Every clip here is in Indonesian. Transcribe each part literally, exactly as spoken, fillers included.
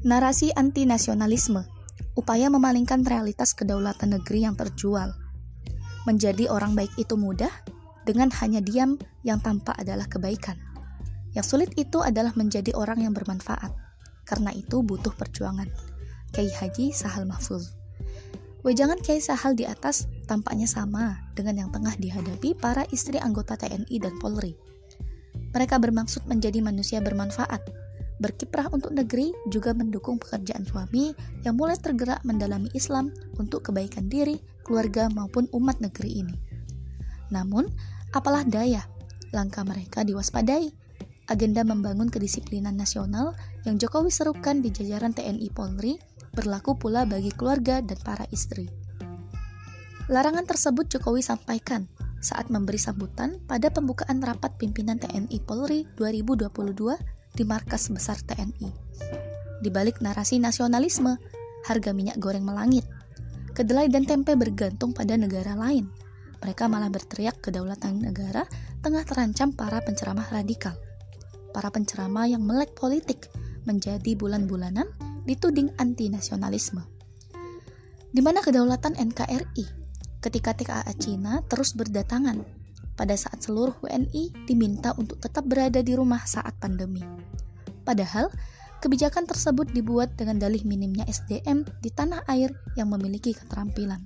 Narasi anti-nasionalisme, upaya memalingkan realitas kedaulatan negeri yang terjual. Menjadi orang baik itu mudah, dengan hanya diam yang tampak adalah kebaikan. Yang sulit itu adalah menjadi orang yang bermanfaat, karena itu butuh perjuangan. Kiai Haji Sahal Mahfuz. Wejangan Kiai Sahal di atas tampaknya sama dengan yang tengah dihadapi para istri anggota T N I dan Polri. Mereka bermaksud menjadi manusia bermanfaat, berkiprah untuk negeri, juga mendukung pekerjaan suami yang mulai tergerak mendalami Islam untuk kebaikan diri, keluarga maupun umat negeri ini. Namun, apalah daya, langkah mereka diwaspadai. Agenda membangun kedisiplinan nasional yang Jokowi serukan di jajaran T N I Polri berlaku pula bagi keluarga dan para istri. Larangan tersebut Jokowi sampaikan saat memberi sambutan pada pembukaan rapat pimpinan T N I Polri dua ribu dua puluh dua di markas besar T N I. Di balik narasi nasionalisme, harga minyak goreng melangit. Kedelai dan tempe bergantung pada negara lain. Mereka malah berteriak kedaulatan negara tengah terancam para penceramah radikal. Para penceramah yang melek politik menjadi bulan-bulanan dituding anti-nasionalisme. Di mana kedaulatan N K R I ketika T K A Cina terus berdatangan pada saat seluruh W N I diminta untuk tetap berada di rumah saat pandemi. Padahal, kebijakan tersebut dibuat dengan dalih minimnya S D M di tanah air yang memiliki keterampilan.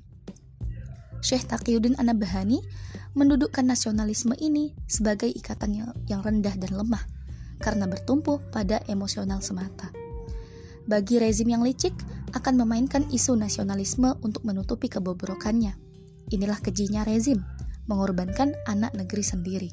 Syekh Taqiyuddin An-Nabhani mendudukkan nasionalisme ini sebagai ikatan yang rendah dan lemah karena bertumpu pada emosional semata. Bagi rezim yang licik, akan memainkan isu nasionalisme untuk menutupi kebobrokannya. Inilah kejinya rezim, mengorbankan anak negeri sendiri.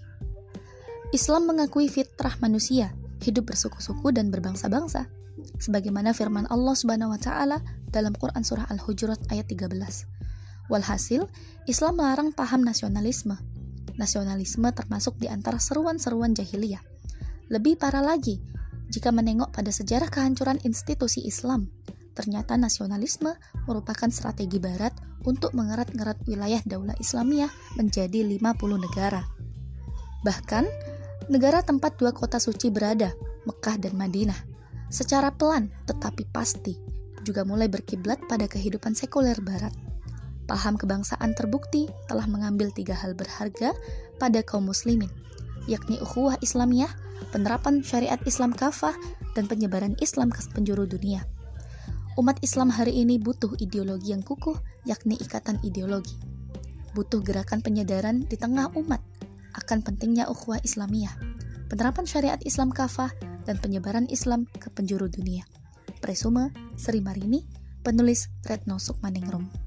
Islam mengakui fitrah manusia, hidup bersuku-suku dan berbangsa-bangsa, sebagaimana firman Allah Subhanahu wa taala dalam Quran surah Al-Hujurat ayat tiga belas. Walhasil, Islam melarang paham nasionalisme. Nasionalisme termasuk di antara seruan-seruan jahiliyah. Lebih parah lagi, jika menengok pada sejarah kehancuran institusi Islam, ternyata nasionalisme merupakan strategi barat untuk mengerat-ngerat wilayah daulah Islamiyah menjadi lima puluh negara. Bahkan, negara tempat dua kota suci berada, Mekah dan Madinah, secara pelan tetapi pasti, juga mulai berkiblat pada kehidupan sekuler barat. Paham kebangsaan terbukti telah mengambil tiga hal berharga pada kaum muslimin, yakni ukhuwah Islamiyah, penerapan syariat Islam kafah, dan penyebaran Islam ke penjuru dunia. Umat Islam hari ini butuh ideologi yang kukuh, yakni ikatan ideologi. Butuh gerakan penyadaran di tengah umat akan pentingnya ukhuwah Islamiyah, penerapan syariat Islam kafah, dan penyebaran Islam ke penjuru dunia. Presume Sri Marini, penulis Retno Sukmaningrum.